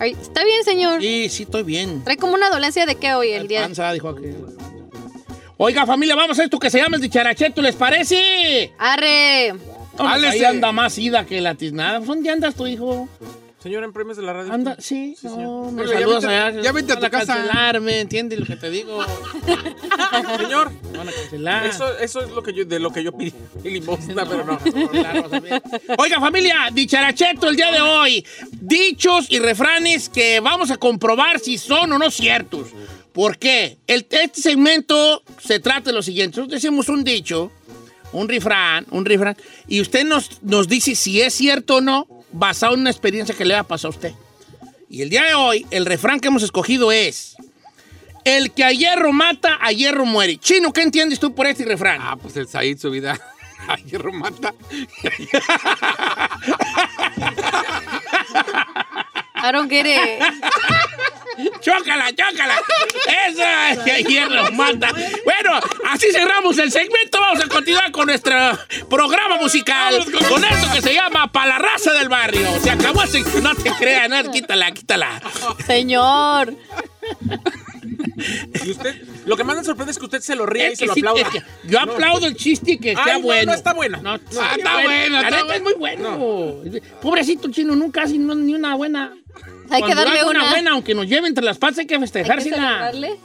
Ay, ¿está bien, señor? Sí, estoy bien. ¿Trae como una dolencia de qué hoy el día? Panza, dijo aquel. Oiga, familia, vamos a esto que se llama el dicharachero, ¿les parece? ¡Arre! Ahí anda más ida que la tiznada. ¿Dónde andas tu hijo? Señor, en premios de la radio. Anda, sí, no, me Pero saludas allá. ya vente a tu casa. Cancelarme, ¿entiendes lo que te digo? Señor, Me van a cancelar. eso es de lo que yo pedí limosna, pero no. Oiga, familia, dicharacheto el día de hoy. Dichos y refranes que vamos a comprobar si son o no ciertos. ¿Por qué? Este segmento se trata de lo siguiente. Nosotros decimos un dicho, un refrán, y usted nos dice si es cierto o no, basado en una experiencia que le ha pasado a usted. Y el día de hoy, el refrán que hemos escogido es: el que a hierro mata, a hierro muere. Chino, ¿qué entiendes tú por este refrán? Ah, pues el Said, su vida a hierro mata. I don't get it. ¡Chócala! ¡Esa es que a hierro mata! Bueno, así cerramos el segmento. Vamos a continuar con nuestro programa musical. Con esto que se llama Pa' la raza del barrio. Se acabó así. No te creas, no, quítala. Señor. Y usted, lo que más me sorprende es que usted se lo ría y Es se que lo sí, aplauda. es que yo aplaudo el chiste que está bueno. No está bueno. No, está bueno, La neta es muy bueno. Pobrecito Chino, nunca hace ni una buena. Hay que Cuando darle haga una. buena, aunque nos lleve entre las patas, hay que Hay que festejársela. celebrarle.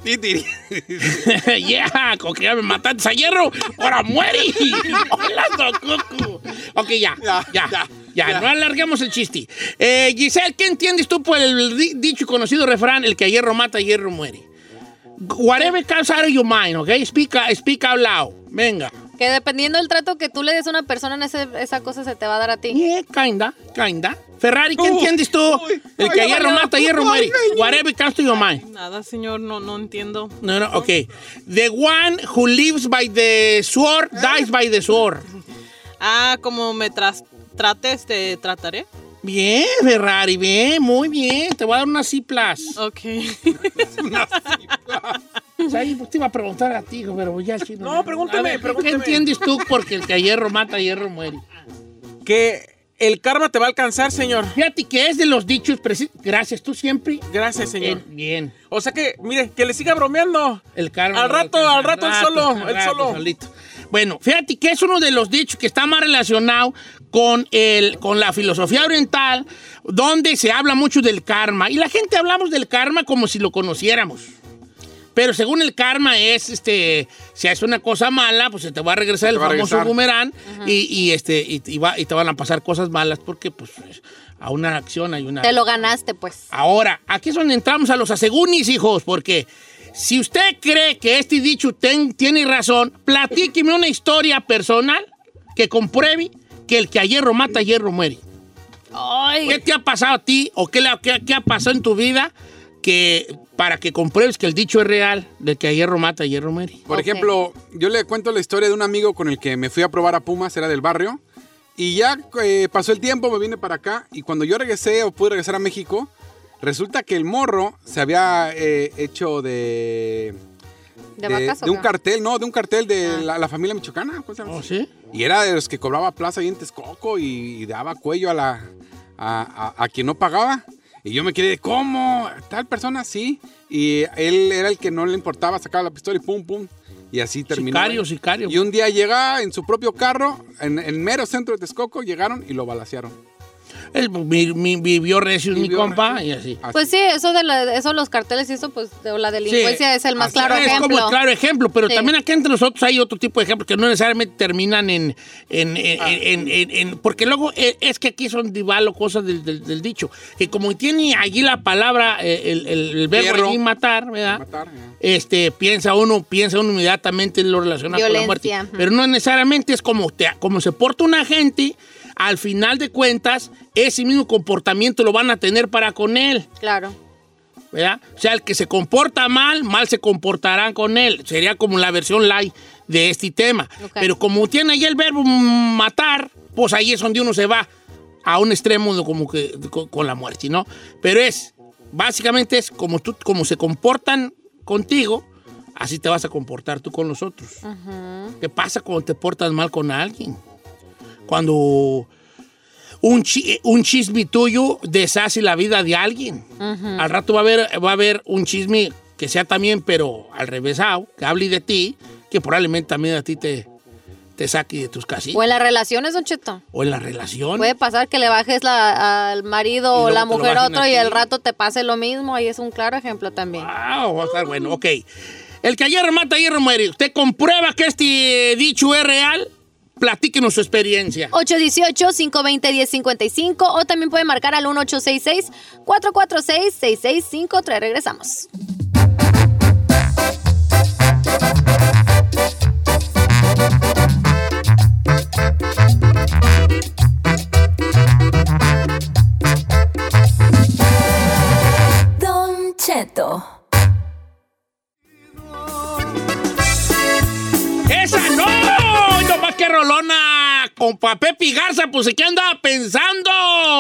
Yeah, con que ya me mataste a hierro, ahora muere. Hola, Socucu. Ok, ya, no alarguemos el chiste. Giselle, ¿qué entiendes tú por el dicho y conocido refrán, el que a hierro mata, a hierro muere? Whatever comes out of your mind, ok? Speak out loud. Venga. Que dependiendo del trato que tú le des a una persona, esa cosa se te va a dar a ti. Yeah, kinda. Ferrari, ¿qué entiendes tú? El que a hierro mata, a hierro muere. Whatever comes to your mind. Nada, señor, no entiendo. No, ok. The one who lives by the sword dies by the sword. Como me trates, te trataré. Bien, Ferrari, bien, muy bien. Te voy a dar una C+. Ok. O sea, pues te iba a preguntar a ti, pero ya el chino. No, pregúntame, A ver, pregúntame. ¿qué entiendes tú? Porque el que a hierro mata, a hierro muere. Que el karma te va a alcanzar, señor. Fíjate que es de los dichos gracias, tú siempre. Gracias, señor. Bien. O sea que, mire, que le siga bromeando. El karma. Al rato él solo. Solito. Bueno, fíjate que es uno de los dichos que está más relacionado con la filosofía oriental, donde se habla mucho del karma. Y la gente hablamos del karma como si lo conociéramos. Pero según el karma es, si haces una cosa mala, pues se te va a regresar el famoso boomerang y te van a pasar cosas malas porque, pues, a una acción hay una... Te lo ganaste, pues. Ahora, aquí es donde entramos a los asegúnis, hijos, porque si usted cree que este dicho tiene razón, platíqueme una historia personal que compruebe que el que a hierro mata, a hierro muere. Ay. ¿Qué te ha pasado a ti o qué ha pasado en tu vida para que compruebes que el dicho es real, de que a hierro mata, a hierro muere? Por ejemplo, yo le cuento la historia de un amigo con el que me fui a probar a Pumas, era del barrio, y ya pasó el tiempo, me vine para acá, y cuando yo regresé o pude regresar a México, resulta que el morro se había hecho ¿De vacas o un qué? cartel, no, de un cartel de la familia michoacana. ¿Cómo se llama? ¿Oh, sí? Y era de los que cobraba plaza ahí en Texcoco y daba cuello a quien no pagaba. Y yo me quedé, ¿cómo? ¿Tal persona? Sí. Y él era el que no le importaba, sacaba la pistola y pum, pum. Y así terminó. Sicario. Y un día llega en su propio carro, en el mero centro de Texcoco, llegaron y lo balacearon. Él vivió recio, mi compa, y así. Pues sí, eso los carteles y eso, pues la delincuencia es el más claro es ejemplo. como el claro ejemplo, pero Sí. también aquí entre nosotros hay otro tipo de ejemplos que no necesariamente terminan porque luego es que aquí son divalo cosas del dicho, que como tiene allí la palabra, el verbo Hierro. allí matar, ¿verdad? Matar, Piensa uno inmediatamente en lo relacionado con la muerte. Violencia. Pero no necesariamente es como se porta una gente. Al final de cuentas, ese mismo comportamiento lo van a tener para con él, Claro. ¿verdad? O sea, el que se comporta mal se comportarán con él. Sería como la versión light de este tema. Okay. Pero como tiene ahí el verbo matar, pues ahí es donde uno se va a un extremo como que con la muerte, ¿no? Pero básicamente es como se comportan contigo, así te vas a comportar tú con los otros. ¿Qué pasa cuando te portas mal con alguien? Cuando un chisme tuyo deshace la vida de alguien. Al rato va a haber un chisme que sea también, pero al revésado, que hable de ti, que probablemente también a ti te saque de tus casillas. O en las relaciones, Don Cheto. O en la relación. Puede pasar que le bajes al marido o la mujer a otro y al rato te pase lo mismo. Ahí es un claro ejemplo también. Wow, va a estar bueno. Ok. El que hierro mata, hierro muere. ¿Usted comprueba que este dicho es real? Platíquenos su experiencia. 818-520-1055 o también puede marcar al 1866-446-6653. Regresamos. Don Cheto. ¡Esa no! ¡No más que rolona! Compa Pepe Garza, pues ¿qué andaba pensando?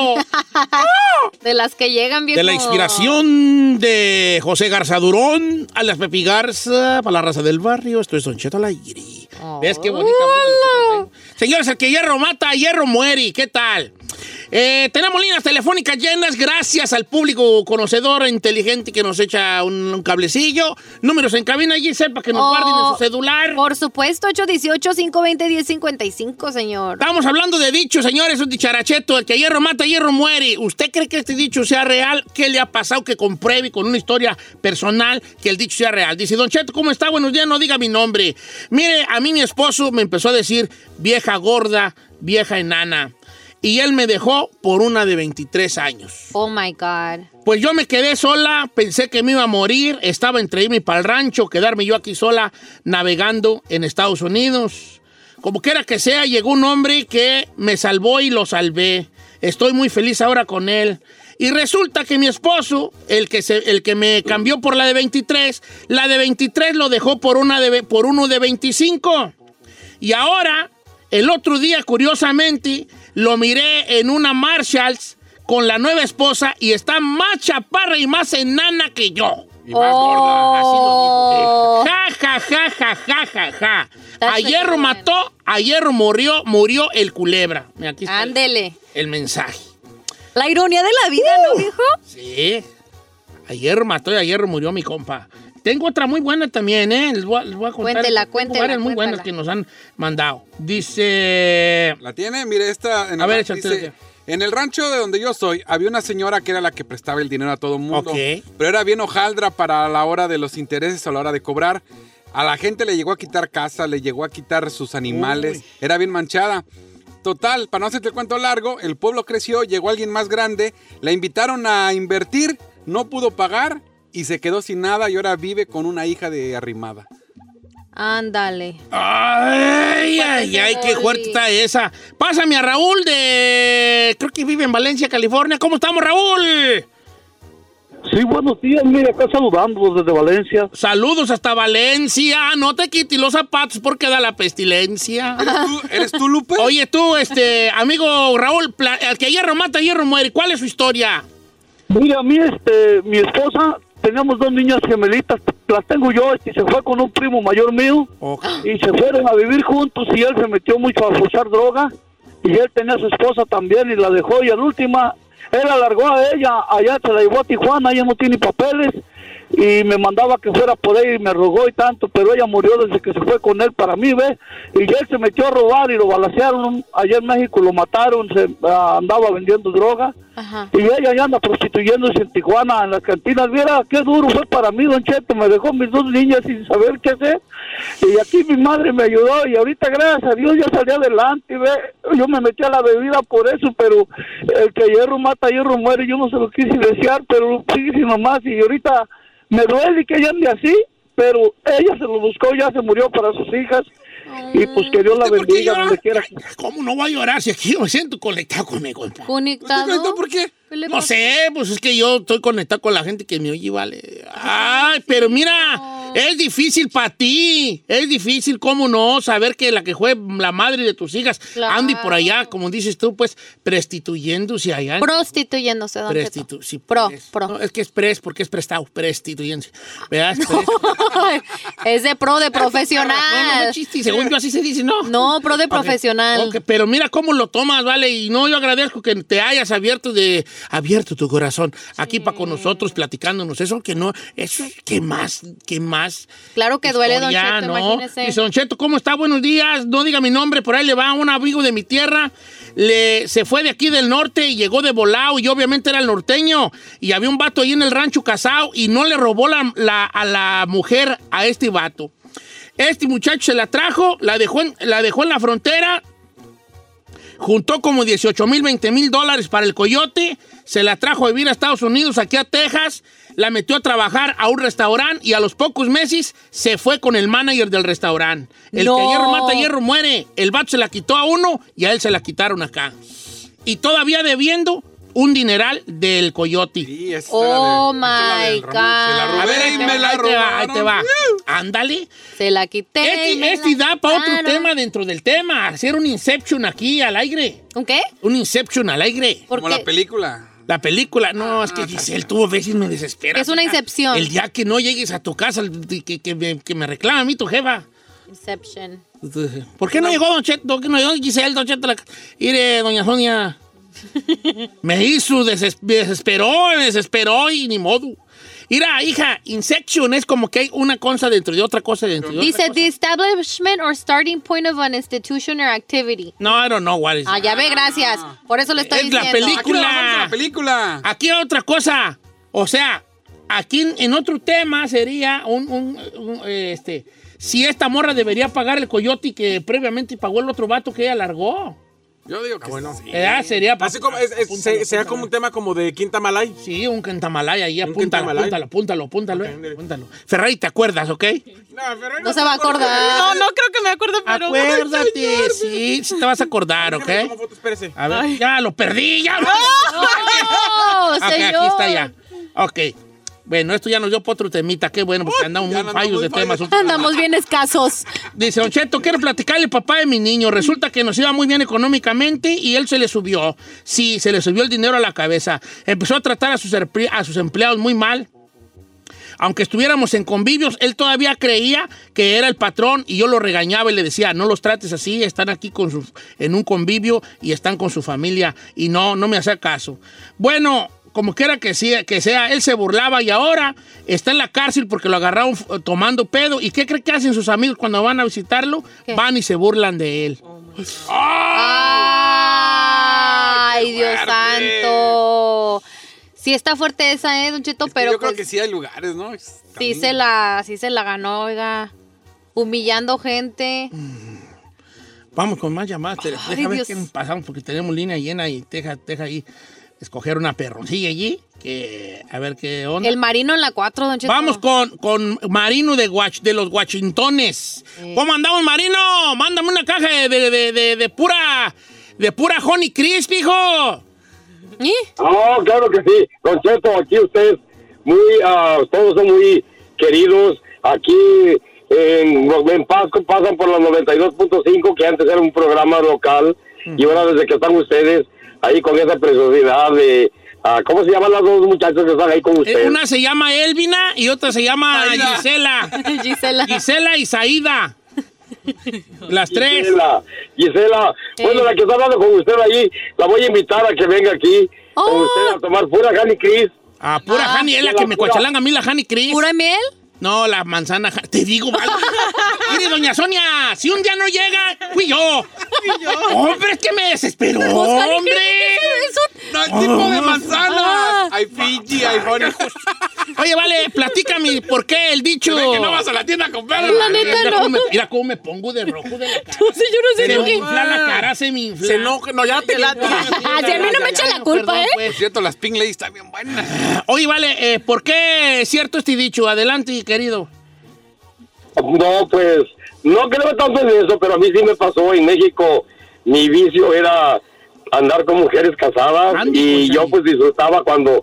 De las que llegan bien. De la inspiración de José Garza Durón, a las Pepe Garza, para la raza del barrio. Esto es Don Cheto al aire. ¿Ves qué bonita? Señores, el que hierro mata, hierro muere. ¿Qué tal? Tenemos líneas telefónicas llenas gracias al público conocedor e inteligente que nos echa un cablecillo. Números en cabina allí, sepa que nos guarden en su celular. Por supuesto, 818-520-1055, señor. Estamos hablando de dichos, señores, un dicharacheto, el que hierro mata, hierro muere. ¿Usted cree que este dicho sea real? ¿Qué le ha pasado que compruebe con una historia personal que el dicho sea real? Dice, Don Cheto, ¿cómo está? Buenos días, no diga mi nombre. Mire, a mí mi esposo me empezó a decir vieja gorda, vieja enana. Y él me dejó por una de 23 años. Oh, my God. Pues yo me quedé sola, pensé que me iba a morir, estaba entre irme para el rancho, quedarme yo aquí sola navegando en Estados Unidos. Como quiera que sea, llegó un hombre que me salvó y lo salvé. Estoy muy feliz ahora con él. Y resulta que mi esposo, el que me cambió por la de 23, la de 23 lo dejó por uno de 25. Y ahora, el otro día, curiosamente, lo miré en una Marshalls con la nueva esposa y está más chaparra y más enana que yo. Y más gorda. Así lo dijo. Ja, ja, ja, ja, ja, ja, ja. A hierro mató, a hierro murió el culebra. Mira, aquí está Ándele. el mensaje. La ironía de la vida, ¿no, viejo? Sí. A hierro mató y a hierro murió mi compa. Tengo otra muy buena también, ¿eh? Les voy a contar. Cuéntela, varias muy buenas que nos han mandado. Dice... ¿La tiene? Mire, esta... A ver, échate. dice, en el rancho de donde yo soy, había una señora que era la que prestaba el dinero a todo el mundo. Ok. Pero era bien hojaldra para la hora de los intereses o a la hora de cobrar. A la gente le llegó a quitar casa, le llegó a quitar sus animales. Era bien manchada. Total, para no hacerte el cuento largo, el pueblo creció, llegó alguien más grande, la invitaron a invertir, no pudo pagar y se quedó sin nada y ahora vive con una hija de arrimada. Ándale. Ay, qué fuerte está esa. Pásame a Raúl creo que vive en Valencia, California. ¿Cómo estamos, Raúl? Sí, buenos días, mire, acá saludándolos desde Valencia. Saludos hasta Valencia. No te quites los zapatos porque da la pestilencia. ¿Eres tú, Lupe? Oye, tú, amigo Raúl, el que hierro mata, hierro muere. ¿Cuál es su historia? Mire, a mí, mi esposa, teníamos 2 niñas gemelitas, las tengo yo, se fue con un primo mayor mío, y se fueron a vivir juntos, y él se metió mucho a forzar droga, y él tenía a su esposa también, y la dejó, y a la última, él alargó a ella, allá se la llevó a Tijuana, ella no tiene papeles, y me mandaba que fuera por ella, y me rogó y tanto, pero ella murió desde que se fue con él para mí, ¿ves? Y él se metió a robar, y lo balacearon, allá en México lo mataron, andaba vendiendo droga. Ajá. Y ella ya anda prostituyéndose en Tijuana, en las cantinas. Viera qué duro fue para mí, Don Cheto. Me dejó mis 2 niñas sin saber qué hacer. Y aquí mi madre me ayudó. Y ahorita, gracias a Dios, ya salí adelante. Ve, yo me metí a la bebida por eso, pero el que hierro mata, hierro muere. Yo no se lo quise desear, pero sí, nomás. Y ahorita me duele que ella ande así, pero ella se lo buscó, ya se murió para sus hijas. Y pues que Dios la bendiga donde quiera. ¿Cómo no va a llorar si aquí yo me siento conectado con mi compa? ¿Conectado? ¿Por qué? No sé, pues es que yo estoy conectado con la gente que me oye, vale. Ay, pero mira, Es difícil para ti. Es difícil, cómo no, saber que la que fue la madre de tus hijas ande por allá, como dices tú, pues, prostituyéndose allá. Prostituyéndose, don Cheto. Sí, Pro. No, es que es porque es prestado, prostituyéndose. ¿Verdad? Es de pro, de profesional. No es chiste, según yo así se dice, ¿no? No, pro de profesional. Okay, pero mira cómo lo tomas, ¿vale? Y no, yo agradezco que te hayas abierto tu corazón aquí para con nosotros, platicándonos. Eso que no, eso, ¿qué más? Claro que duele, don Cheto, ¿no? imagínese. Dice, don Cheto, ¿cómo está? Buenos días. No diga mi nombre, por ahí le va un amigo de mi tierra. Se fue de aquí del norte y llegó de volado, y obviamente era el norteño. Y había un vato ahí en el rancho casado y no le robó a la mujer a este vato. Este muchacho se la trajo, la dejó en la frontera, juntó como 18,000, 20,000 dólares para el coyote, se la trajo a vivir a Estados Unidos, aquí a Texas, la metió a trabajar a un restaurante y a los pocos meses se fue con el manager del restaurante. El que hierro mata, hierro muere. El vato se la quitó a uno y a él se la quitaron acá. Y todavía debiendo un dineral del coyote. Sí, Oh my God. A ver, ahí te va. Ándale. Se la quité. Este da para otro tema dentro del tema. Hacer un Inception aquí al aire. ¿Un qué? Un Inception al aire. Como la película. La película, no, es que Giselle, tú a veces me desesperas. Es una incepción. El día que no llegues a tu casa, que me reclama a mí tu jefa. Inception. ¿Por qué no llegó Don Cheto? ¿Por qué no llegó Giselle, Don Cheto? Mire, doña Sonia. Me hizo, desesperó y ni modo. Mira, hija, Inception es como que hay una cosa dentro de otra cosa dentro de otra Dice, cosa. the establishment or starting point of an institution or activity. No, I don't know what is. Ya ve, gracias. Por eso le estoy Es diciendo. la película. La película. Aquí hay otra cosa. O sea, aquí en otro tema sería si esta morra debería pagar el coyote que previamente pagó el otro vato que ella largó. Yo digo que bueno. Sí. Sería Así como, sea como un tema como de Quinta Malay. Sí, un Quintamalay ahí, Un Quintamalay. apúntalo. Okay. Ferrari, ¿te acuerdas, ok? No se va a acordar. No creo que me acuerde, pero... Acuérdate, sí te vas a acordar, ¿ok? Déjame tomar foto, espérese. A ver, ya lo perdí, ya. ¡No, Ok, señor! aquí está ya. Ok. Bueno, esto ya nos dio para otro temita, qué bueno, porque andamos muy fallos de temas. Andamos bien escasos. Dice, Don Cheto, quiero platicarle al papá de mi niño. Resulta que nos iba muy bien económicamente y él se le subió. Sí, se le subió el dinero a la cabeza. Empezó a tratar a sus empleados muy mal. Aunque estuviéramos en convivios, él todavía creía que era el patrón y yo lo regañaba y le decía, no los trates así, están aquí en un convivio y están con su familia. Y no me hacía caso. Bueno, como quiera que sea, él se burlaba y ahora está en la cárcel porque lo agarraron tomando pedo. ¿Y qué cree que hacen sus amigos cuando van a visitarlo? ¿Qué? Van y se burlan de él. ¡Ay, Dios santo! Sí está fuerte esa, Don Cheto, pero yo creo pues que sí hay lugares, ¿no? sí se la ganó, oiga. Humillando gente. Vamos con más llamadas. Deja ver Dios. qué nos pasamos porque tenemos línea llena y deja ahí escoger una perroncilla allí. A ver qué onda. El Marino en la 4, Don Cheto. Vamos con Marino de los Washingtones. ¿Cómo andamos, Marino? Mándame una caja de pura Honey Crisp, hijo. ¿Y? Oh, claro que sí. Don Cheto, aquí ustedes todos son muy queridos. Aquí en Pasco pasan por la 92.5, que antes era un programa local, y ahora desde que están ustedes ahí con esa preciosidad de... ¿cómo se llaman las dos muchachas que están ahí con ustedes? Una se llama Elvina y otra se llama Gisela. Gisela y Saída. Las tres. Gisela. Bueno, la que está hablando con usted allí, la voy a invitar a que venga aquí con usted a tomar pura Honey Crisp. Pura Honey, es la que me cuachalanga a mí, la Honey Crisp. ¿Pura miel? No, la manzana. Te digo, vale. Mire, doña Sonia, si un día no llega, fui yo. Hombre, es que me desesperó, hombre. No, el tipo de manzanas. Hay Fiji, hay honey. Oye, vale, platícame, ¿por qué el dicho? Se ve que no vas a la tienda a comprarla. La neta, no. Mira cómo me pongo de rojo de la cara. No sé, yo no sé Se lo me que... infla la cara, se me infla. Se enoja. No, ya te la... Si a mí no me echa la culpa, Perdón, ¿eh? pues. Por cierto, las Pink Ladies están bien buenas. Oye, vale, ¿por qué es cierto este dicho? Adelante, querido. No, pues, no creo tanto en eso, pero a mí sí me pasó. En México, mi vicio era andar con mujeres casadas. Andy, y pues, yo pues disfrutaba cuando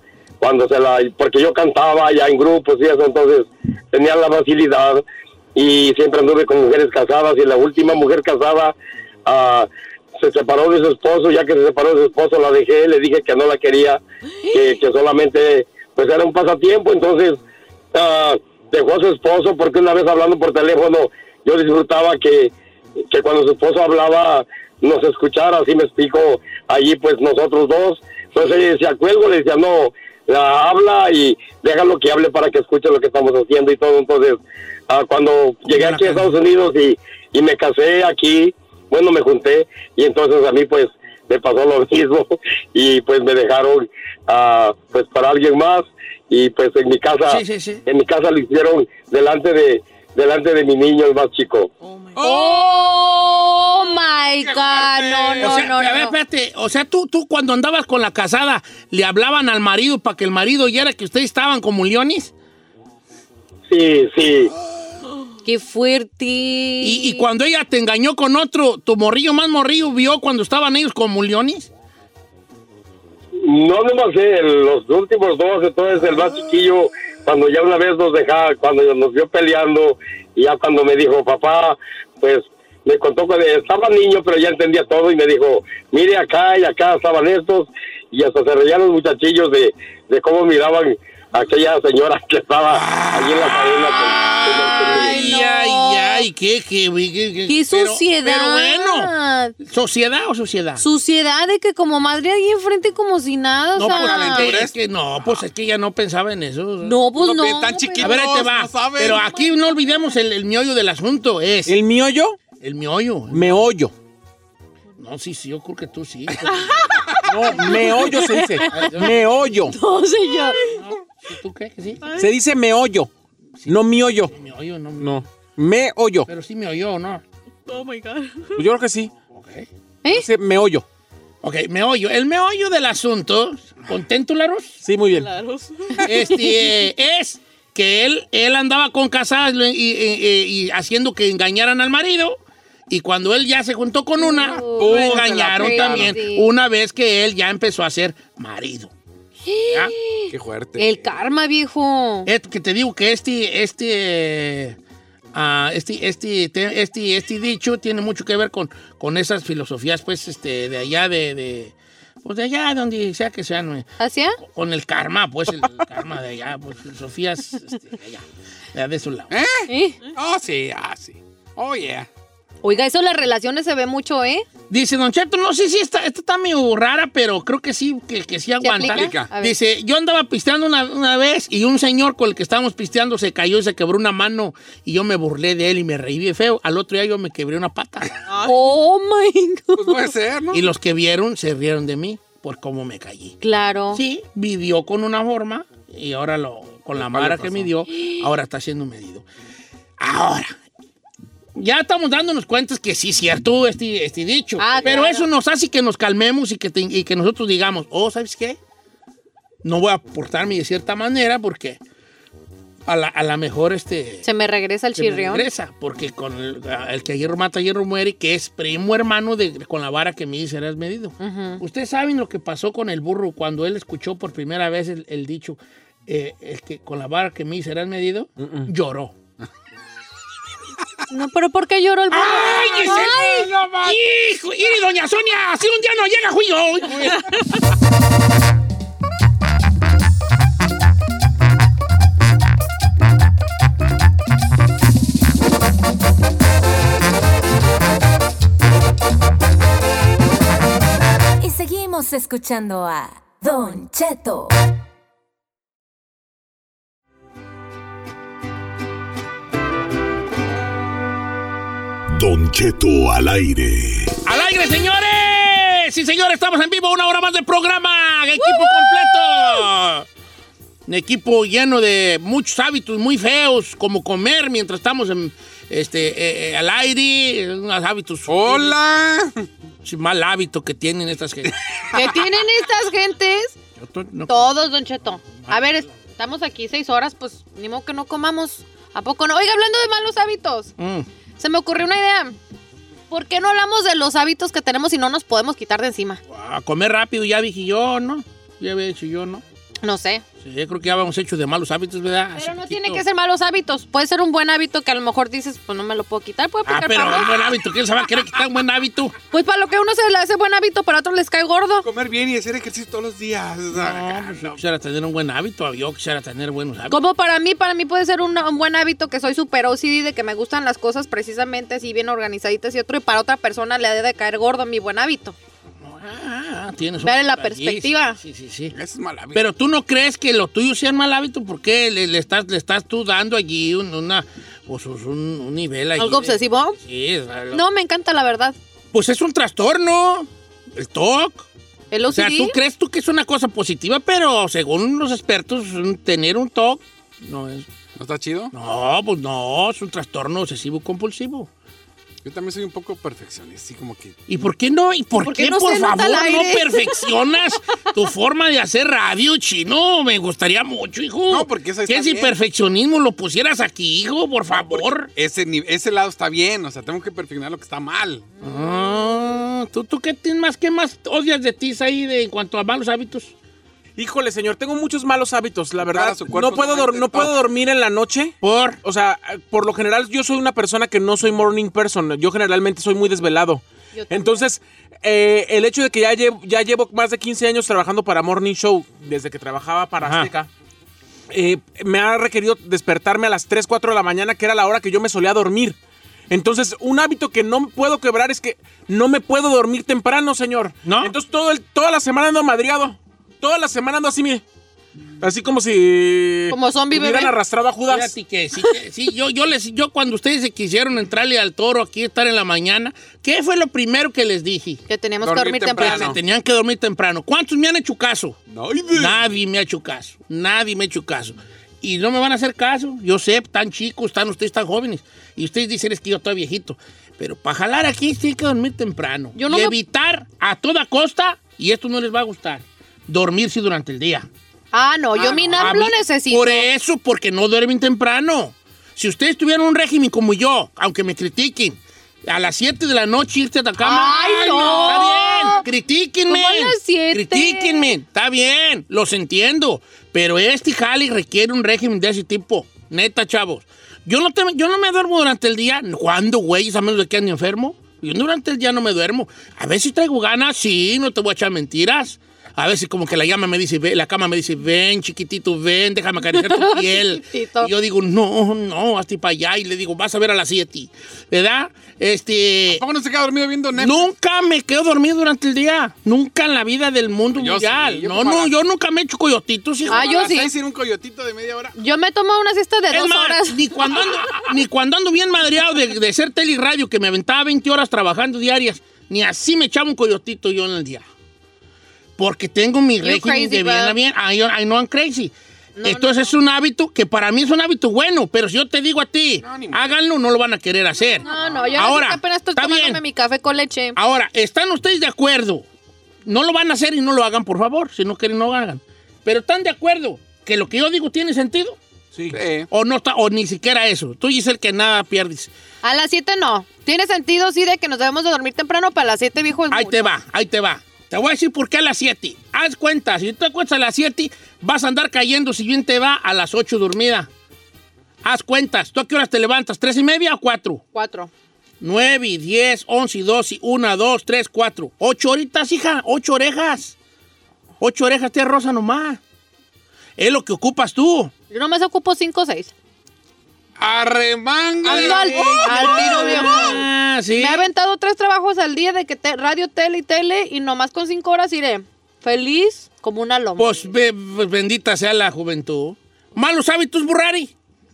porque yo cantaba ya en grupos y eso, entonces tenía la facilidad y siempre anduve con mujeres casadas y la última mujer casada se separó de su esposo. Ya que se separó de su esposo la dejé, le dije que no la quería, que solamente pues era un pasatiempo. Entonces dejó a su esposo porque una vez hablando por teléfono yo disfrutaba que cuando su esposo hablaba nos escuchara, así me explico, allí pues nosotros dos. Entonces ella decía, cuelgo, le decía, no, habla y déjalo que hable para que escuche lo que estamos haciendo y todo. Entonces cuando llegué aquí a Estados Unidos y me casé aquí, bueno, me junté y entonces a mí pues me pasó lo mismo y pues me dejaron pues para alguien más y pues en mi casa en mi casa lo hicieron delante de mi niño, el más chico. Oh my God, no. A ver, espérate, o sea, tú cuando andabas con la casada, ¿le hablaban al marido para que el marido oyera que ustedes estaban como leones? Sí. ¡Qué fuerte! ¿Y cuando ella te engañó con otro, tu más morrillo, vio cuando estaban ellos como leones? No, nomás sé, los últimos dos, entonces el más chiquillo, cuando ya una vez nos dejaba, cuando nos vio peleando, y ya cuando me dijo, papá, pues me contó que estaba niño, pero ya entendía todo, y me dijo, mire acá y acá estaban estos, y hasta se reían los muchachillos de cómo miraban a aquella señora que estaba allí en la cadena. Ay, qué suciedad. Pero bueno, ¿sociedad o sociedad? Suciedad de que como madre ahí enfrente como si nada, No, o sea. pues es que ella no pensaba en eso. No, pues no. Tan chiquitos, A ver, ahí te va. no saben. Pero aquí no olvidemos el miollo del asunto. Es ¿El miollo? el miollo. Meollo. No, sí, yo creo que tú sí. No, meollo se dice. Meollo. No, señor. ¿Tú crees que sí? Se dice meollo. No miollo. Miollo, no. No. Meollo. Pero sí me oyó, ¿no? Oh my God. Pues yo creo que sí. Ok. Dice meollo. Ok, meollo. El meollo del asunto, ¿contento, Laros? Sí, muy bien. Claro. Es que él andaba con casadas y haciendo que engañaran al marido. Y cuando él ya se juntó con una, lo engañaron sí, también. sí. Una vez que él ya empezó a ser marido. ¿Ya? Qué fuerte. El karma, viejo. Esto que te digo que este dicho tiene mucho que ver con esas filosofías, pues, de allá pues de allá donde sea que sean. ¿Hacia? Con el karma, pues, el karma de allá, pues, filosofías de allá, de su lado. ¿Eh? Oh, sí, sí. Oh, yeah. Oiga, eso en las relaciones se ve mucho, ¿eh? Dice Don Cheto, no sé si esta está medio rara, pero creo que sí, que sí aguanta. aplica? A ver. Dice, yo andaba pisteando una vez y un señor con el que estábamos pisteando se cayó y se quebró una mano y yo me burlé de él y me reí bien feo. Al otro día yo me quebré una pata. Oh my God. Pues puede ser, ¿no? Y los que vieron se rieron de mí por cómo me caí. Claro. Sí, vivió con una forma y ahora con la vara que midió, ahora está siendo medido. Ahora, ya estamos dándonos cuenta que sí es cierto este dicho. Pero claro. eso nos hace que nos calmemos y que nosotros digamos, ¿sabes qué? No voy a portarme de cierta manera porque a la mejor se me regresa el se me chirrión. regresa, porque con el que hierro mata, hierro muere, que es primo hermano con la vara que mide serás medido. Ustedes saben lo que pasó con el burro cuando él escuchó por primera vez el dicho, el que con la vara que mide serás medido, lloró. No, pero ¿por qué lloró el burro? ¡Ay, ese! ¡Hijo! ¡Y doña Sonia! ¡Si un día no llega, Julio! Y seguimos escuchando a Don Cheto. Don Cheto al aire. ¡Al aire, señores! Sí, señores, estamos en vivo, una hora más de programa. ¡Equipo completo! Un equipo lleno de muchos hábitos muy feos, como comer mientras estamos al aire. Unos hábitos... ¡Hola! Mal hábito que tienen estas gentes. ¿Qué tienen estas gentes? Todos, Don Cheto. A ver, estamos aquí 6 horas, pues ni modo que no comamos. ¿A poco no? Oiga, hablando de malos hábitos. Se me ocurrió una idea. ¿Por qué no hablamos de los hábitos que tenemos y no nos podemos quitar de encima? A comer rápido, ya dije yo, ¿no? Ya había dicho yo, ¿no? No sé. Sí, creo que ya vamos hechos de malos hábitos, ¿verdad? Pero no Hace tiene poquito. que ser malos hábitos. Puede ser un buen hábito que a lo mejor dices, pues no me lo puedo quitar. Puede aplicar pero para un vos. buen hábito. ¿Quién se va a querer quitar un buen hábito? Pues para lo que a uno se le hace buen hábito, para otros les cae gordo. Comer bien y hacer ejercicio todos los días. No, pues yo quisiera tener un buen hábito. Yo quisiera tener buenos hábitos. Como para mí puede ser un buen hábito que soy súper OCD, de que me gustan las cosas precisamente así bien organizaditas y otro, y para otra persona le ha de caer gordo mi buen hábito. Tienes Ver en la otro país. perspectiva. Sí. Ese es mal hábito. Pero tú no crees que lo tuyo sea un mal hábito, porque le estás tú dando allí un nivel allí. ¿Algo obsesivo? Sí. No, me encanta la verdad. Pues es un trastorno, el TOC. ¿El O sea, OCD? tú crees tú que es una cosa positiva, pero según los expertos, tener un TOC no es... ¿No está chido? No, pues no, es un trastorno obsesivo compulsivo. Yo también soy un poco perfeccionista, así como que... ¿Y por qué no? ¿Y por qué, no por se nota favor, al no aire? perfeccionas tu forma de hacer radio, chino? Me gustaría mucho, hijo. No, porque eso está ¿Qué si bien. perfeccionismo lo pusieras aquí, hijo? Por favor. Ese lado está bien, o sea, tengo que perfeccionar lo que está mal. ¿Tú qué más odias de ti ahí en cuanto a malos hábitos? Híjole, señor, tengo muchos malos hábitos, la verdad. Su cuerpo, No puedo, su mente, no puedo todo. dormir en la noche. ¿Por? O sea, por lo general yo soy una persona que no soy morning person. Yo generalmente soy muy desvelado. Entonces, el hecho de que ya llevo más de 15 años trabajando para Morning Show, desde que trabajaba para Ajá. Azteca, me ha requerido despertarme a las 3, 4 de la mañana, que era la hora que yo me solía dormir. Entonces, un hábito que no puedo quebrar es que no me puedo dormir temprano, señor. ¿No? Entonces, toda la semana ando madriado. Toda la semana ando así, mire. Así como si... Como zombie hubieran bebé. arrastrado a Judas. Fíjate que sí, yo cuando ustedes se quisieron entrarle al toro aquí, estar en la mañana, ¿qué fue lo primero que les dije? Que teníamos que Dormir dormir temprano. Se tenían que dormir temprano. ¿Cuántos me han hecho caso? Nadie. Nadie me ha hecho caso. Nadie me ha hecho caso. Y no me van a hacer caso. Yo sé, tan chicos, ustedes tan jóvenes. Y ustedes dicen es que yo estoy viejito. Pero para jalar aquí tienen que dormir temprano. Yo no y me- evitar a toda costa, y esto no les va a gustar, dormirse durante el día. Ah, no, yo mi nap A lo mí- necesito. Por eso, porque no duermen temprano. Si ustedes tuvieran un régimen como yo, aunque me critiquen, a las 7 de la noche irte a la cama. ¡Ay, no! Está bien, critíquenme. ¿Cómo a las 7? Critíquenme, está bien, los entiendo. Pero este jale requiere un régimen de ese tipo. Neta, chavos. Yo no me duermo durante el día. ¿Cuándo, güey? A menos de que ande enfermo. Yo durante el día no me duermo. A veces traigo ganas, sí, no te voy a echar mentiras. A veces como que la cama me dice, ven, chiquitito, ven, déjame acariciar tu piel. Chiquitito. Y yo digo, no, hasta para allá. Y le digo, vas a ver a las 7. ¿Verdad? ¿Cómo no se queda dormido viendo Netflix? Nunca me quedo dormido durante el día. Nunca en la vida del mundo Yo mundial. sí, yo no, como a las- yo nunca me echo coyotitos, hijo. Ah, A yo las sí. 6 ir un coyotito de media hora. Yo me tomo una siesta de Es 2 más, horas. ni cuando ando bien madreado de ser tele y radio, que me aventaba 20 horas trabajando diarias, ni así me echaba un coyotito yo en el día. Porque tengo mi régimen crazy, de bien bro. a bien. I know I'm crazy. No, Entonces no, es un hábito que para mí es un hábito bueno, pero si yo te digo a ti, ni háganlo, no lo van a querer hacer. No, yo Ahora, apenas estoy está tomándome bien. mi café con leche. Ahora, ¿están ustedes de acuerdo? No lo van a hacer y no lo hagan, por favor. Si no quieren, no lo hagan. Pero ¿están de acuerdo que lo que yo digo tiene sentido? Sí. ¿O no está, o ni siquiera eso? Tú dices que nada pierdes. A las 7 no. Tiene sentido, sí, de que nos debemos de dormir temprano, para las 7, viejo, es Ahí mucho. te va. Te voy a decir por qué a las 7. Haz cuenta, si tú te acuestas a las 7, vas a andar cayendo, si bien te va, a las 8 dormida. Haz cuentas. ¿Tú a qué horas te levantas? ¿3:30 o 4? 4. 9, 10, 11, 12, 1, 2, 3, 4. 8 horitas, hija. 8 orejas. 8 orejas, tía Rosa, nomás. Es lo que ocupas tú. Yo nomás ocupo 5 o 6. Arremanga. Ando al tiro, viejo. Ah, sí. Me he aventado 3 trabajos al día de que radio, tele y tele, y nomás con 5 horas iré feliz como una loma. Pues bendita sea la juventud. Malos hábitos, Burrari.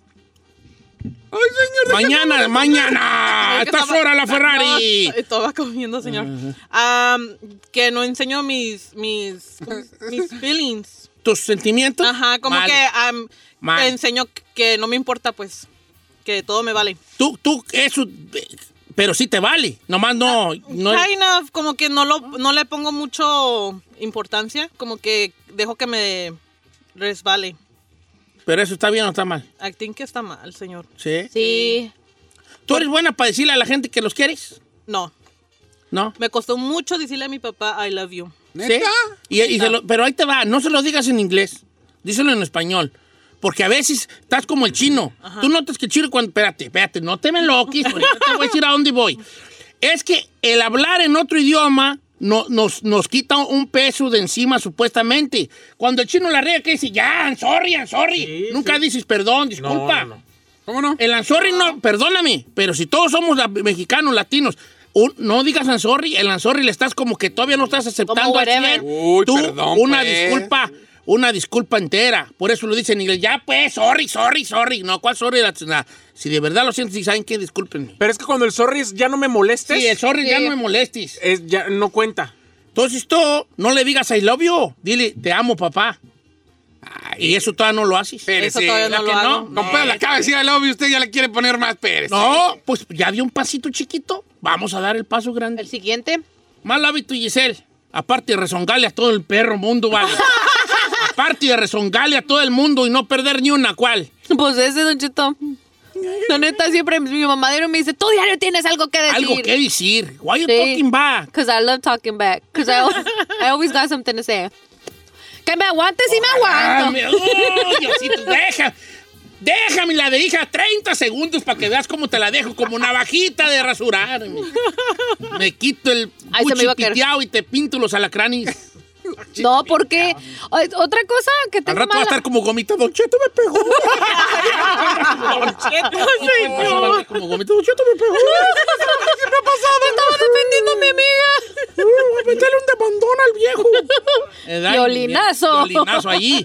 Ay, señor. Mañana. A estas horas la Ferrari. No, estaba comiendo, señor. Que no enseño mis feelings. ¿Tus sentimientos? Ajá, como Mal. que Mal. te enseño que no me importa, pues, que todo me vale. Tú, eso, pero sí te vale. Nomás no. Kind of, como que no le pongo mucho importancia, como que dejo que me resbale. Pero eso está bien o está mal. I think que está mal, señor. Sí. Sí. ¿Tú eres buena para decirle a la gente que los quieres? No, ¿No? me costó mucho decirle a mi papá I love you. ¿Sí? Pero ahí te va, no se lo digas en inglés. Díselo en español. Porque a veces estás como el chino. Tú notas que el chino cuando... Espérate, no te me enloques. Ahorita te voy a decir a dónde voy. Es que el hablar en otro idioma nos quita un peso de encima, supuestamente. Cuando el chino la riega, que dice, ya, I'm sorry. Sí, nunca dices perdón, disculpa. No. ¿Cómo no? El I'm sorry no, perdóname. Pero si todos somos mexicanos, latinos... no digas I'm sorry, el I'm sorry le estás como que todavía no estás aceptando al 100. Uy, tú, perdón, una disculpa entera. Por eso lo dicen en inglés, ya pues, sorry. No, ¿cuál sorry? Si de verdad lo sientes y saben que discúlpenme. Pero es que cuando el sorry es ya no me molestes. Sí, el sorry ya no me molestes. Ya no cuenta. Entonces tú no le digas I love you, dile te amo, papá. Y eso todavía no lo haces. Eso todavía no lo hago. Compadre, le acaba de decir I love you, usted ya le quiere poner más Pérez. No, pues ya dio un pasito chiquito. Vamos a dar el paso grande. El siguiente. Mal hábito, Giselle. Aparte de rezongarle a todo el perro mundo, vale. Aparte de rezongarle a todo el mundo y no perder ni una, ¿cuál? Pues ese, Don Cheto. La neta, siempre mi mamadero me dice, tú diario tienes algo que decir. Algo que decir. Why you talking back? Because I love talking back. Because I always got something to say. Que me aguantes y me aguanto. Diosito, déjame la de hija 30 segundos para que veas cómo te la dejo, como navajita de rasurar. Me quito el piteado y te pinto los alacranes. No, porque otra cosa que tengo al rato va a estar como gomita, Don Cheto me pegó. Don Cheto, señor. Como gomita, Don Cheto me pegó. ¿Qué me ha pasado? Estaba defendiendo a mi amiga. Métele un demandón al viejo. Violinazo. Violinazo allí.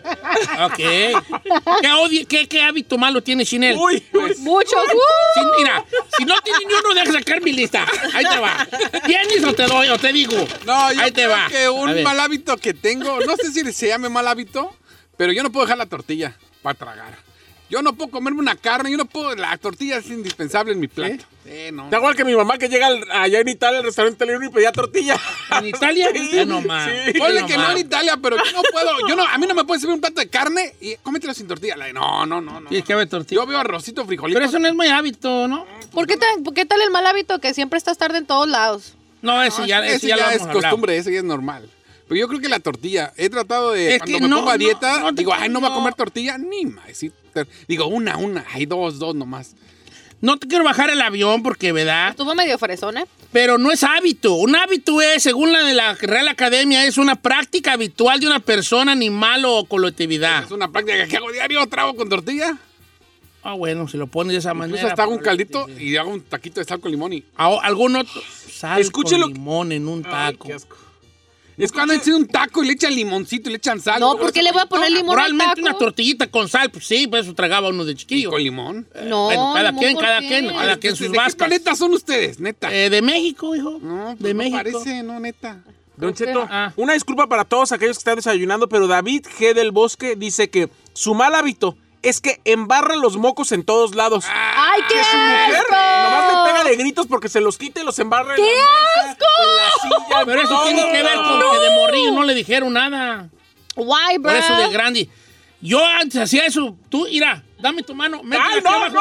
Ok. ¿Qué hábito malo tiene Chinel? Uy. Muchos. Mira, si no tienes ni uno, deja sacar mi lista. Ahí te va. ¿Tienes o te doy o te digo? No, yo ahí te creo va. que un mal hábito que tengo, no sé si se llame mal hábito, pero yo no puedo dejar la tortilla para tragar. Yo no puedo comerme una carne, la tortilla es indispensable en mi plato. No. Da igual que mi mamá que llega allá en Italia al restaurante italiano y pedía tortilla. ¿En Italia? Sí. No más. Sí. Ponle que no en Italia, pero yo no puedo. A mí no me puede servir un plato de carne y cómetelo sin tortilla. No. Sí, es que haber tortilla. Yo veo arrocito, frijolito. Pero eso no es muy hábito, ¿no? ¿Por qué tal el mal hábito que siempre estás tarde en todos lados? No, ese ya es costumbre, eso ya es normal. Pero yo creo que la tortilla, he tratado de, cuando me pongo a dieta, digo, no voy a comer tortilla, ni más. Digo, una, hay dos nomás. No te quiero bajar el avión porque, ¿verdad? Estuvo medio fresón, ¿eh? Pero no es hábito. Un hábito es, según la de la Real Academia, es una práctica habitual de una persona, animal o colectividad. Es una práctica que hago diario, trago con tortilla. Ah, bueno, si lo pones de esa manera. Incluso hasta hago un caldito y hago un taquito de sal con limón y... ¿Algún otro? Sal con limón en un taco. Ay, qué asco. Es cuando han hecho un taco y le echan limoncito y le echan sal. No, ¿por qué le voy a poner limón al taco? Probablemente una tortillita con sal, pues sí, pues eso tragaba uno de chiquillo. ¿Con limón? No, bueno, cada quien sus vascas. ¿Qué planetas son ustedes, neta? De México, hijo. No, pues de México. Parece, no, neta. Don Cheto, una disculpa para todos aquellos que están desayunando, pero David G. del Bosque dice que su mal hábito es que embarra los mocos en todos lados. ¡Ay, qué asco! Nomás le pega de gritos porque se los quita y los embarra en ¡Qué la asco! En la silla. Pero eso tiene que ver con que de morrillo no le dijeron nada. Why, bro? Por eso de grande. Yo antes hacía eso. Tú, mira, dame tu mano. ¡Ay,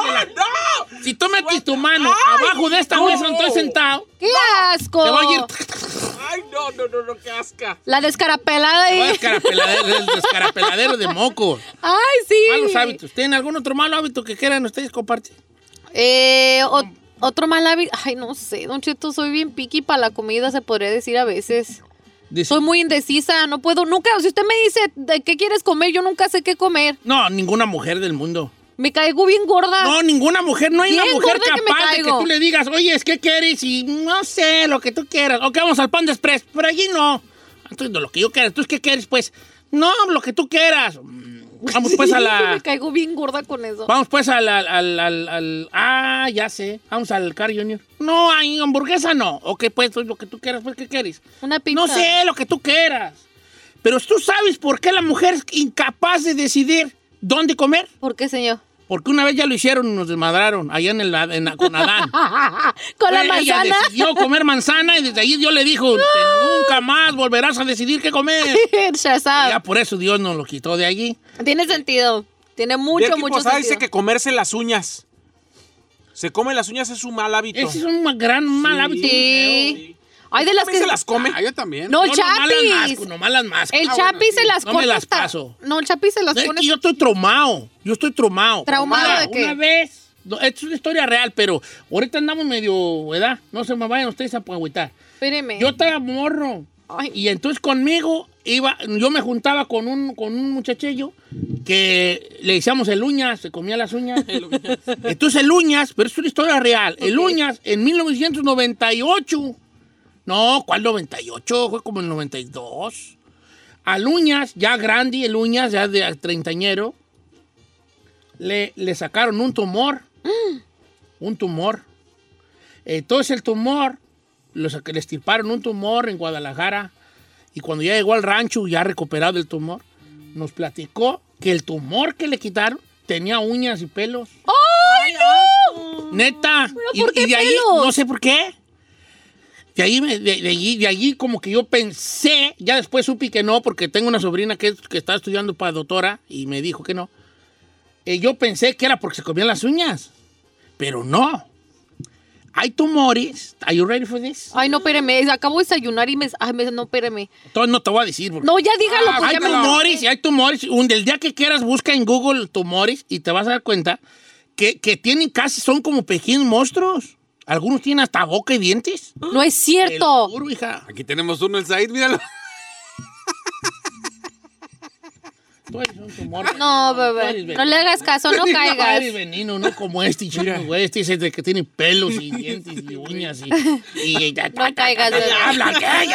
no! Si tú metes tu mano abajo de esta mesa donde estoy sentado. ¡Qué asco! Te voy a ir... ¡Ay, no, qué asca! La descarapelada ahí. El descarapeladero de moco. ¡Ay, sí! Malos hábitos. ¿Tienen algún otro malo hábito que quieran ustedes compartir? Otro mal hábito. Ay, no sé, Don Cheto, soy bien picky para la comida, se podría decir a veces. Soy muy indecisa, no puedo nunca. Si usted me dice de qué quieres comer, yo nunca sé qué comer. No, ninguna mujer del mundo. Me caigo bien gorda. No, ninguna mujer. No hay bien una mujer capaz de que caigo. tú le digas, oye, ¿qué quieres? Y no sé, lo que tú quieras. Ok, vamos al Panda Express. Pero allí no. Entonces, lo que yo quiera. ¿Tú qué quieres? Pues, no, lo que tú quieras. Vamos pues a la... Me caigo bien gorda con eso. Vamos pues al ya sé. Vamos al Car Junior. No, hay hamburguesa no. Ok, pues, lo que tú quieras. Pues, ¿qué quieres? Una pizza. No sé, lo que tú quieras. Pero tú sabes por qué la mujer es incapaz de decidir dónde comer. ¿Por qué, señor? Porque una vez ya lo hicieron y nos desmadraron allá con Adán. ¿Con la manzana? Ella decidió comer manzana y desde ahí Dios le dijo, nunca más volverás a decidir qué comer. Ya por eso Dios nos lo quitó de allí. Tiene sentido. Tiene mucho sentido. Dice que comerse las uñas. Se come las uñas es un mal hábito. Ese es un gran mal hábito. Sí. Ay, de las que se las come. Yo también. No, el No, Chapis. nomás las masco. El Chapis se las no come. me las hasta- paso. No, el Chapis se las Es pone. que yo estoy traumado. ¿Traumado Mira, de qué? Una vez, es una historia real, pero ahorita andamos medio, ¿verdad? No se me vayan ustedes a agüitar. Espéreme. Yo estaba morro. Ay. Y entonces conmigo yo me juntaba con un muchachillo que le decíamos el uñas, se comía las uñas. Entonces el uñas, pero es una historia real. El uñas en 1998. No, ¿cuál 98? Fue como el 92. Al uñas, ya grande, el uñas, ya de treintañero, le sacaron un tumor. Un tumor. Entonces el tumor, le estirparon un tumor en Guadalajara. Y cuando ya llegó al rancho, ya recuperado del tumor, nos platicó que el tumor que le quitaron tenía uñas y pelos. ¡Ay, no! Neta. ¿Pero por qué y de ahí, pelos? no sé por qué. De allí como que yo pensé, ya después supe que no, porque tengo una sobrina que está estudiando para doctora y me dijo que no. Yo pensé que era porque se comían las uñas, pero no. Hay tumores. ¿Are you ready for this? Ay, no, espéreme. Acabo de desayunar y no, espéreme. Entonces no te voy a decir. Porque... No, ya dígalo. Pues hay ya me lo- tumores y hay tumores. El día que quieras busca en Google tumores y te vas a dar cuenta que tienen casi, son como pequeños monstruos. Algunos tienen hasta boca y dientes. No es cierto. Te lo juro, hija. Aquí tenemos uno, el Said, míralo. Tú eres un tumor. No, Tú eres bebé. veneno. No le hagas caso, no No caigas. eres veneno, no como este chico, güey. Este es el que tiene pelos y dientes y uñas y No caigas, bebé. habla.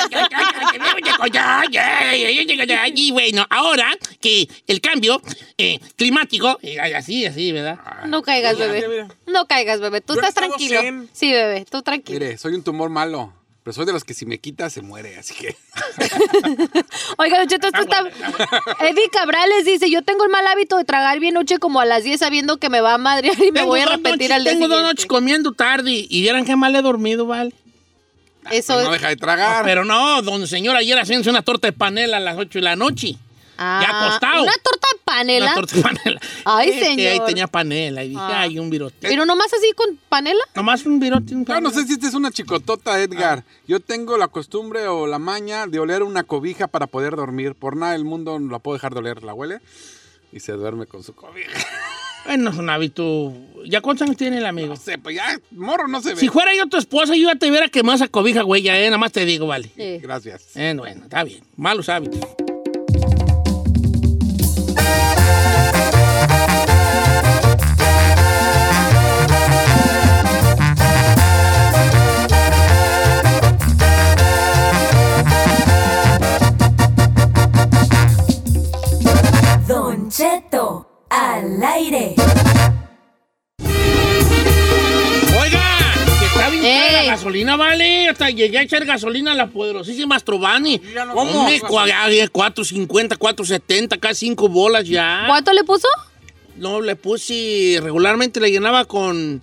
Y bueno, ahora que el cambio climático, así, ¿verdad? No caigas, bebé. mira. No caigas, bebé. Tú Yo he estás estado tranquilo. zen. Sí, bebé. Tú tranquilo. Mire, soy un tumor malo. Pero soy de los que si me quita, se muere. Así que... Oiga, Don Cheto, esto está... Eddie Cabrales dice, yo tengo el mal hábito de tragar bien noche como a las 10 sabiendo que me va a madrear y me voy a repetir al día Tengo 2 siguiente. noches comiendo tarde y vieran qué mal he dormido, ¿vale? Eso Pues no deja de tragar. Pero no, don señor, ayer haciéndose una torta de panela a las 8 de la noche. Ah, ya acostado. ¿Una torta de panela? Una torta de panela. Ay, Que señor. ahí tenía panela y dije, Ah. ay, un virote. ¿Pero nomás así con panela? Nomás un virote. Yo no sé si esta es una chicotota, Edgar. Yo tengo la costumbre o la maña de oler una cobija para poder dormir. Por nada del mundo no la puedo dejar de oler. La huele y se duerme con su cobija. Bueno, es un hábito. ¿Ya cuántos años tiene el amigo? No sé, pues ya, morro no se ve. Si fuera yo tu esposa, yo ya te hubiera quemado esa cobija, güey. Ya, nada más te digo, vale. Sí. Gracias. Bueno, está bien. Malos hábitos. Don Cheto al aire. Oiga, que está bien cara la Ey. gasolina, vale. Hasta llegué a echar gasolina a la poderosísima Strovani. Ya no- ¿Cómo? 4.50, 4.70, casi 5 bolas ya. ¿Cuánto le puso? No, le puse, regularmente le llenaba con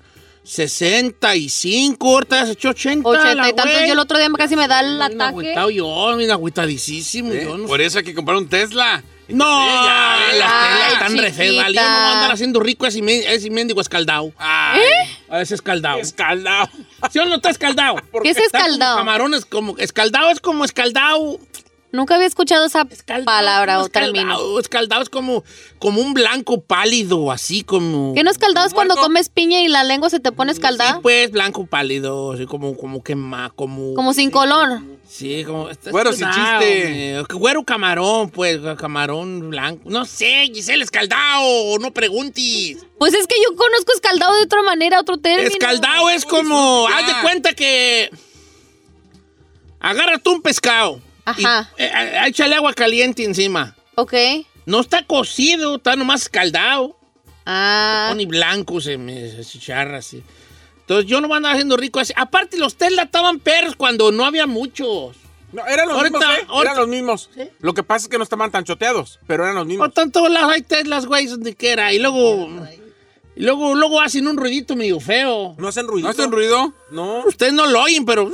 65, ahorita ya se echó 80. 80 la y tantos. güey. Yo el otro día casi me da el Bien ataque. agüitado yo, bien agüitadísimo. ¿Eh? Yo no Por eso hay que comprar un Tesla. No, ya, las telas Ay, están re feas, vale. Yo no voy a andar haciendo rico ese mendigo escaldado. Ay, A ese escaldado. Escaldado. ¿Sí o no está escaldado? ¿Qué es Está como escaldado? camarones, como escaldado es como escaldado. Nunca había escuchado esa palabra como o término. Escaldado es como un blanco pálido, así como. ¿Qué no escaldado es cuando Muerto. comes piña y la lengua se te pone escaldada? Sí, pues, blanco pálido, así como quema, como. Como sin color. Sí, como. está Güero, sin escaldado, chiste. Güero camarón, pues, camarón blanco. No sé, Giselle, escaldado, no preguntes. Pues es que yo conozco escaldado de otra manera, otro término. Escaldado es como. ya. Haz de cuenta que. Agarra tú un pescado. Ajá. Y, échale agua caliente encima. Ok. No está cocido, está nomás escaldado. Ah. Pone blanco, se chicharra así. Entonces yo no voy a andar haciendo rico así. Aparte, los Tesla estaban perros cuando no había muchos. No, eran los Ahorita- mismos, ¿eh? ahorita- Eran los mismos. ¿Sí? Lo que pasa es que no estaban tan choteados, pero eran los Por mismos. tanto, las hay Teslas, güey, donde quiera. Y luego hacen un ruidito medio feo. ¿No hacen ruido? ¿no hacen ruido? No. Ustedes no lo oyen, pero...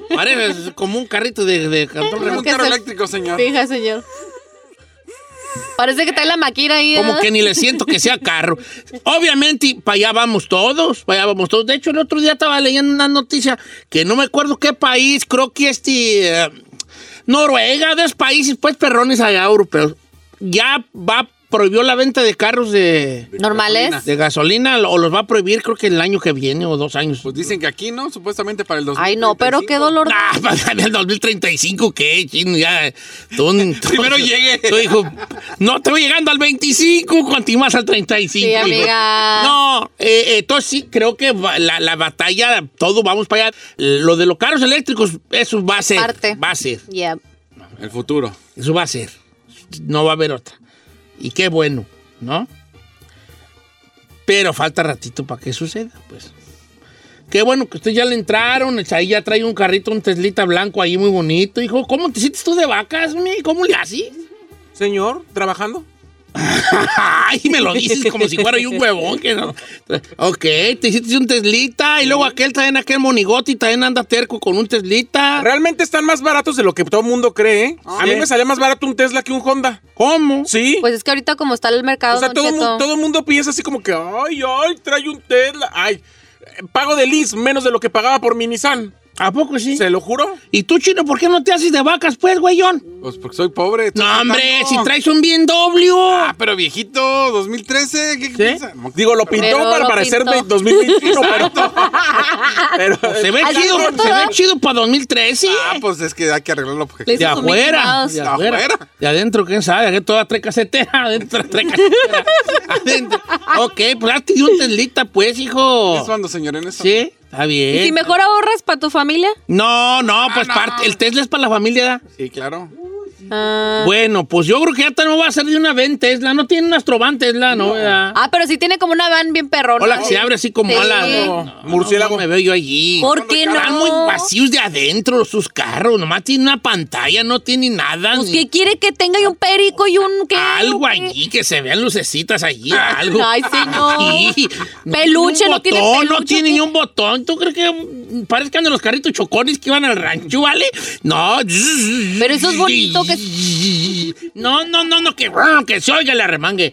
Parece como un carrito de cartón Es un remoto. que carro se- eléctrico, señor. Fija, señor. Parece que trae la máquina ahí. Como que ni le siento que sea carro. Obviamente, para allá vamos todos. De hecho, el otro día estaba leyendo una noticia que no me acuerdo qué país, creo que Noruega, de esos países, pues, perrones allá europeos. Ya prohibió la venta de carros normales de gasolina, o los va a prohibir creo que el año que viene o 2 años. Pues dicen que aquí, ¿no? Supuestamente para el 2035. Ay, no, pero qué dolor. Para el 2035, ¿qué? Chino, ya. Primero llegue. Tu hijo, no, te voy llegando al 25, continúas al 35. Sí, amiga. No, entonces sí, creo que la batalla, todo vamos para allá. Lo de los carros eléctricos, eso va a ser. Va a ser. Yeah. El futuro. Eso va a ser. No va a haber otra. Y qué bueno, ¿no? Pero falta ratito para que suceda, pues. Qué bueno que ustedes ya le entraron. Ahí ya trae un carrito, un Teslita blanco ahí muy bonito. Hijo, ¿cómo te sientes tú de vacas, mi? ¿Cómo le haces? Señor, ¿trabajando? Ay, me lo dices como si fuera yo un huevón. Que no. Ok, te hiciste un Teslita y luego aquel monigote y también anda terco con un Teslita. Realmente están más baratos de lo que todo el mundo cree, ¿eh? A mí me salía más barato un Tesla que un Honda. ¿Cómo? Sí. Pues es que ahorita como está el mercado, O sea, todo el mundo piensa así como que, ay, trae un Tesla. Ay, pago de lease menos de lo que pagaba por mi Nissan. ¿A poco sí? ¿Se lo juro? ¿Y tú, Chino, por qué no te haces de vacas, pues, güeyón? Pues porque soy pobre. No, hombre, si traes un BMW. Ah, pero viejito, 2013, ¿qué piensa? Digo, lo pintó Pero para lo parecer pintó. de 2021, pero Se ve chido para 2013. Ah, pues es que hay que arreglarlo. Le De hizo su Mickey afuera, Mouse. de afuera. De adentro, quién sabe, que toda trae casetera. Adentro trae casetera. Adentro. Ok, pues hazte un Teslita, pues, hijo. ¿Es cuando, señor? ¿En eso? Sí, está bien. ¿Y si mejor ahorras para tu familia? No, pues el Tesla es para la familia. Sí, claro. Bueno, pues yo creo que ya no va a ser de una van Tesla. No tiene un Astrovan Tesla, ¿no? Pero sí tiene como una van bien perrona. Hola, que se abre así como Sí. alas. Murciélago. No me veo yo allí. ¿Por qué no? Están muy vacíos de adentro sus carros. Nomás tiene una pantalla, no tiene nada. Pues, ¿qué quiere que tenga? Y un perico y un... ¿qué? Algo allí, que se vean lucecitas allí, algo. Ay, señor. Sí. Peluche, no tiene botón, peluche, no tiene ¿qué? ni un botón. ¿Tú crees que parezcan de los carritos chocones que iban al rancho, vale? No. Pero eso es bonito que... No, que se oiga el arremangue.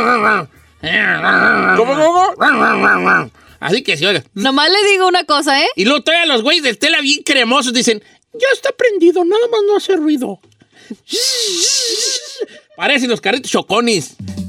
¿Cómo? Así que se oiga. Nomás le digo una cosa, ¿eh? Y luego todavía los güeyes del Tela bien cremosos dicen, ya está prendido, nada más no hace ruido. Parecen los carritos chocones.